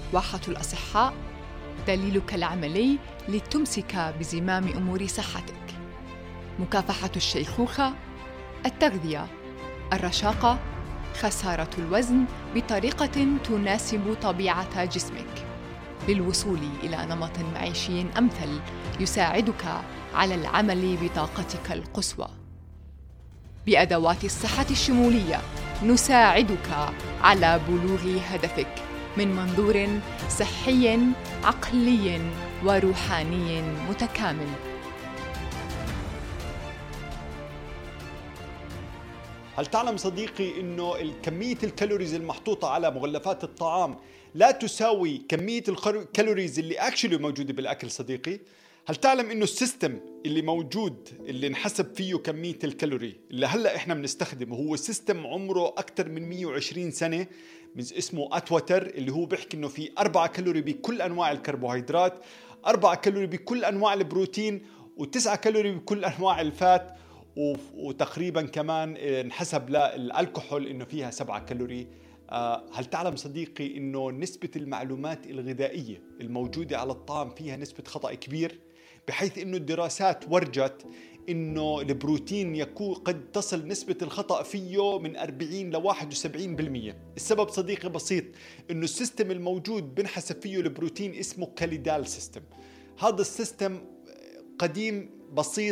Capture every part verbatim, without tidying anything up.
واحة الأصحاء، دليلك العملي لتمسك بزمام أمور صحتك. مكافحة الشيخوخة، التغذية، الرشاقة، خسارة الوزن بطريقة تناسب طبيعة جسمك، للوصول إلى نمط معيشي أمثل يساعدك على العمل بطاقتك القصوى. بأدوات الصحة الشمولية نساعدك على بلوغ هدفك من منظور صحي عقلي وروحاني متكامل. هل تعلم صديقي إنه كمية الكالوريز المحطوطة على مغلفات الطعام لا تساوي كمية الكالوريز اللي اكشلي موجودة بالأكل صديقي؟ هل تعلم إنه السيستم اللي موجود اللي انحسب فيه كمية الكالوري اللي هلأ إحنا بنستخدمه هو سيستم عمره أكثر من مئة وعشرين سنة، من اسمه أتوتر، اللي هو بيحكي إنه في أربعة كالوري بكل أنواع الكربوهيدرات، أربعة كالوري بكل أنواع البروتين، وتسعة كالوري بكل أنواع الفات، وتقريبا كمان انحسب للألكحول إنه فيها سبعة كالوري. هل تعلم صديقي إنه نسبة المعلومات الغذائية الموجودة على الطعام فيها نسبة خطأ كبير، بحيث إنه الدراسات ورجت إنه البروتين يكون قد تصل نسبة الخطأ فيه من أربعين إلى واحد وسبعين بالمئة. السبب صديقي بسيط، إنه السيستم الموجود بنحسب فيه البروتين اسمه كاليدال سيستم. هذا السيستم قديم بسيط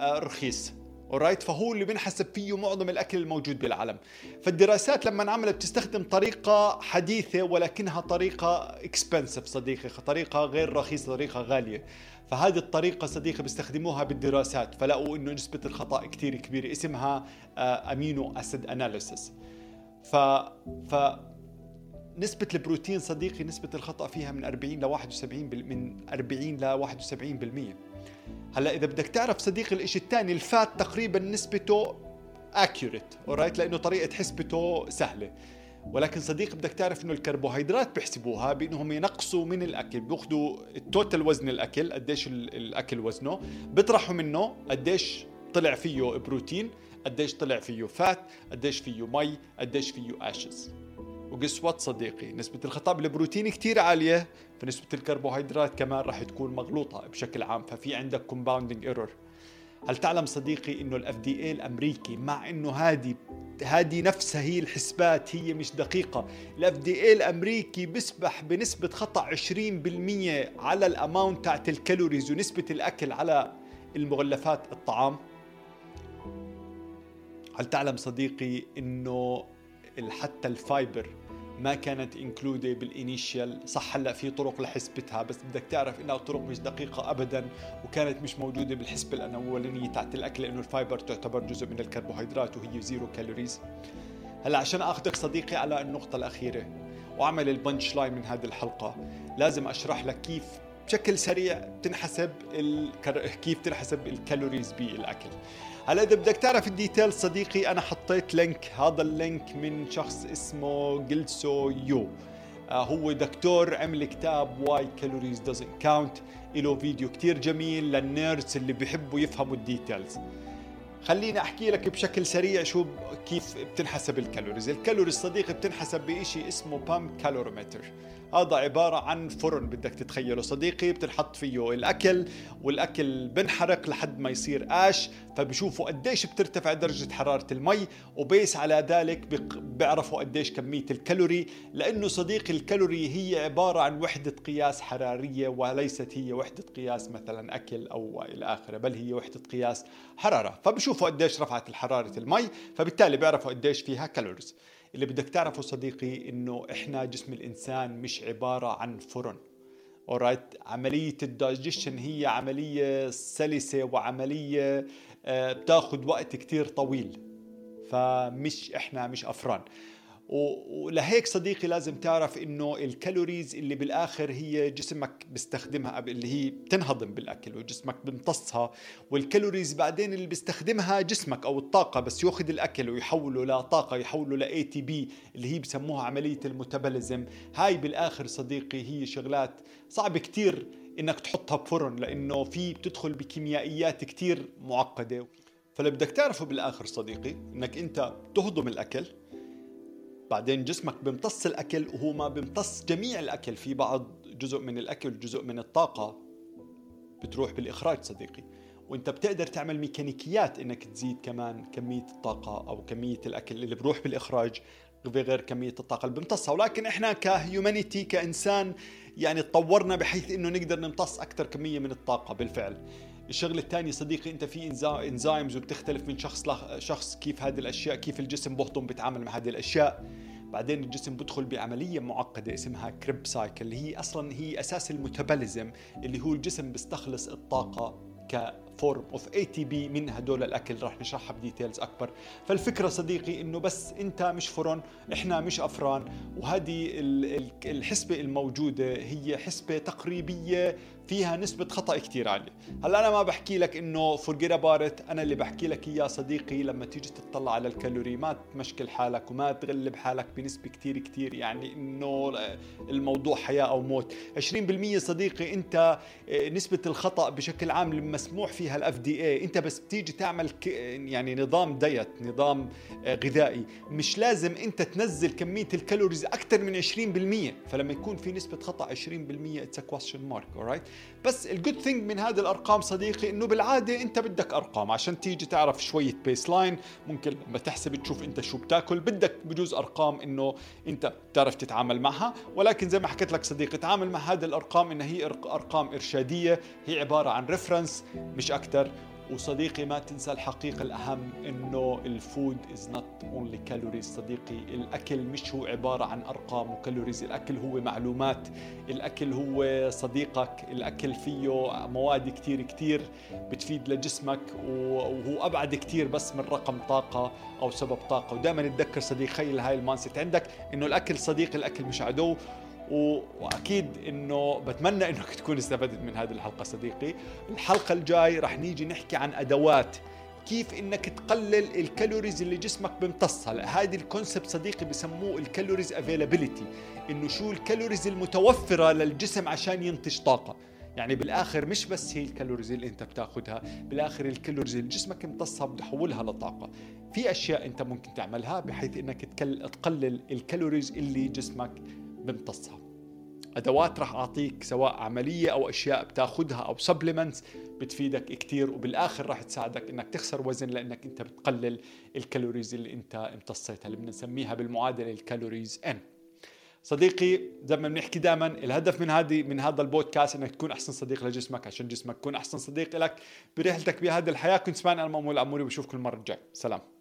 رخيص، alright، فهو اللي بنحسب فيه معظم الأكل الموجود بالعالم. فالدراسات لما انعملت بتستخدم طريقة حديثة ولكنها طريقة expensive صديقي، طريقة غير رخيصة، طريقة غالية. فهذه الطريقة صديقي بيستخدموها بالدراسات، فلقوا إنه نسبة الخطأ كتير كبيرة، اسمها أمينو أسيد أناليسيس. ف ف نسبة البروتين صديقي نسبة الخطأ فيها من أربعين إلى واحد وسبعين بال... من أربعين إلى واحد وسبعين بالمئة. هلا إذا بدك تعرف صديقي الإشي الثاني، الفات تقريبا نسبته accurate، alright، لأنه طريقة حسبته سهلة. ولكن صديقي بدك تعرف إنه الكربوهيدرات بيحسبوها بإنهم ينقصوا من الأكل، بيأخذوا التوتال وزن الأكل، قديش الأكل وزنه، بيطرحوا منه قديش طلع فيه بروتين، قديش طلع فيه فات، قديش فيه مي، قديش فيه أشز. وقسوات صديقي نسبة الخطأ بالبروتين كتير عالية، فنسبة الكربوهيدرات كمان راح تكون مغلوطة بشكل عام، ففي عندك compounding error. هل تعلم صديقي إنه ال إف دي إيه الأمريكي، مع إنه هذه هذه نفسها هي الحسبات هي مش دقيقة، ال إف دي إيه الأمريكي بيسبح بنسبة خطأ عشرين بالمئة على الأماونت تاعت الكالوريز ونسبة الأكل على المغلفات الطعام؟ هل تعلم صديقي إنه حتى الفايبر ما كانت انكلودد بالانيشيال؟ صح هلا في طرق لحسبتها، بس بدك تعرف انها طرق مش دقيقه ابدا، وكانت مش موجوده بالحسبه الاولانيه تاعت الاكل، لانه الفايبر تعتبر جزء من الكربوهيدرات وهي زيرو كالوريز. هلا عشان اخذك صديقي على النقطه الاخيره واعمل البنش لاين من هذه الحلقه، لازم اشرح لك كيف بشكل سريع تنحسب الكر... كيف تنحسب الكالوريز بالاكل. هلا إذا بدك تعرف الديتيل صديقي، أنا حطيت لينك، هذا اللينك من شخص اسمه جيلسو يو، آه هو دكتور عمل كتاب Why Calories Doesn't Count، له فيديو كتير جميل للنيردز اللي بيحبوا يفهموا الديتيلز. خليني أحكي لك بشكل سريع شو كيف بتنحسب الكالوريز. الكالوريز صديقي بتنحسب بإشي اسمه بام كالوريمتر. هذا عبارة عن فرن بدك تتخيله صديقي، بتنحط فيه الأكل، والأكل بنحرق لحد ما يصير آش، فبشوفوا قديش بترتفع درجة حرارة المي، وبيس على ذلك بيعرفوا قديش كمية الكالوري، لأنه صديقي الكالوري هي عبارة عن وحدة قياس حرارية، وليست هي وحدة قياس مثلا أكل أو إلى آخره، بل هي وحدة قياس حرارة. فبشوفوا قديش رفعت الحرارة المي، فبالتالي بيعرفوا قديش فيها كالوريز. اللي بدك تعرفه صديقي إنه إحنا جسم الإنسان مش عبارة عن فرن، alright. عملية الدايجيشن هي عملية سلسة وعملية بتاخد وقت كتير طويل، فمش إحنا مش أفران. ولهيك صديقي لازم تعرف إنه الكالوريز اللي بالآخر هي جسمك بيستخدمها، اللي هي بتنهضم بالأكل وجسمك بيمتصها، والكالوريز بعدين اللي بيستخدمها جسمك أو الطاقة، بس يأخذ الأكل ويحوله لطاقة، يحوله ل إيه تي بي اللي هي بسموها عملية الميتابوليزم. هاي بالآخر صديقي هي شغلات صعب كتير إنك تحطها بفرن، لأنه في بتدخل بكيميائيات كتير معقدة. فاللي بدك تعرفه بالآخر صديقي إنك أنت تهضم الأكل، بعدين جسمك بيمتص الأكل وهو ما بيمتص جميع الأكل، في بعض جزء من الأكل جزء من الطاقة بتروح بالإخراج صديقي، وانت بتقدر تعمل ميكانيكيات انك تزيد كمان كمية الطاقة او كمية الاكل اللي بروح بالاخراج بغير كمية الطاقة اللي بمتصها. ولكن احنا كهيومانيتي كإنسان يعني تطورنا بحيث انه نقدر نمتص اكثر كمية من الطاقة بالفعل. الشغله الثانيه صديقي، انت في انزيمز وبتختلف من شخص لشخص كيف هذه الاشياء، كيف الجسم بهضم بيتعامل مع هذه الاشياء. بعدين الجسم بدخل بعملية معقدة اسمها كريب سايكل، اللي هي أصلا هي أساس الميتابوليزم، اللي هو الجسم بيستخلص الطاقة كفورم اوف اي تي بي من هدول الاكل، راح نشرحها بديتيلز اكبر. فالفكره صديقي انه بس انت مش فرن، احنا مش افران، وهذه الحسبه الموجوده هي حسبه تقريبيه فيها نسبة خطأ كتير عالية. هلا أنا ما بحكي لك إنه forget about it، أنا اللي بحكي لك إياه صديقي. لما تيجي تطلع على الكالوري ما تمشكل حالك وما تغلب حالك بنسبة كتير كتير، يعني إنه الموضوع حياة أو موت. عشرين بالمية صديقي أنت نسبة الخطأ بشكل عام المسموح فيها ال إف دي إيه. أنت بس بتيجي تعمل يعني نظام دايت، نظام غذائي، مش لازم أنت تنزل كمية الكالوريز أكثر من عشرين بالمية. فلما يكون في نسبة خطأ عشرين بالمية it's a question mark, alright. بس الجود ثينج من هذه الارقام صديقي انه بالعاده انت بدك ارقام عشان تيجي تعرف شويه بيس لاين. ممكن لما تحسب تشوف انت شو بتاكل، بدك بجوز ارقام انه انت تعرف تتعامل معها. ولكن زي ما حكيت لك صديقي، تعامل مع هذه الارقام انها هي ارقام ارشاديه، هي عباره عن ريفرنس مش اكثر. وصديقي ما تنسى الحقيقة الأهم إنه الفود is not only calories صديقي. الأكل مش هو عبارة عن أرقام وكالوريز، الأكل هو معلومات، الأكل هو صديقك، الأكل فيه مواد كتير كتير بتفيد لجسمك، وهو أبعد كتير بس من رقم طاقة أو سبب طاقة. ودائما نتذكر صديقي، خيل هاي المانست عندك إنه الأكل صديقي، الأكل مش عدو. واكيد انه بتمنى انك تكون استفدت من هذه الحلقه صديقي. الحلقه الجاي رح نيجي نحكي عن ادوات كيف انك تقلل الكالوريز اللي جسمك بيمتصها. هذه الكونسبت صديقي بسموه الكالوريز افيلابيليتي، انه شو الكالوريز المتوفره للجسم عشان ينتج طاقه. يعني بالاخر مش بس هي الكالوريز اللي انت بتاخذها، بالاخر الكالوريز اللي جسمك امتصها بدي احولها لطاقه. في اشياء انت ممكن تعملها بحيث انك تقلل الكالوريز اللي جسمك بمتصها. أدوات راح أعطيك سواء عملية أو أشياء بتاخدها أو سبليمنتس بتفيدك كتير، وبالآخر راح تساعدك إنك تخسر وزن، لأنك أنت بتقلل الكالوريز اللي أنت امتصيتها، اللي بنسميها بالمعادلة الكالوريز N. صديقي زي ما بنحكي دائما، الهدف من هذه من هذا البودكاست انك تكون احسن صديق لجسمك عشان جسمك يكون احسن صديق لك برحلتك بهذه الحياه. كنت سمعنا المأمول العموري، وبشوفكم المره الجايه. سلام.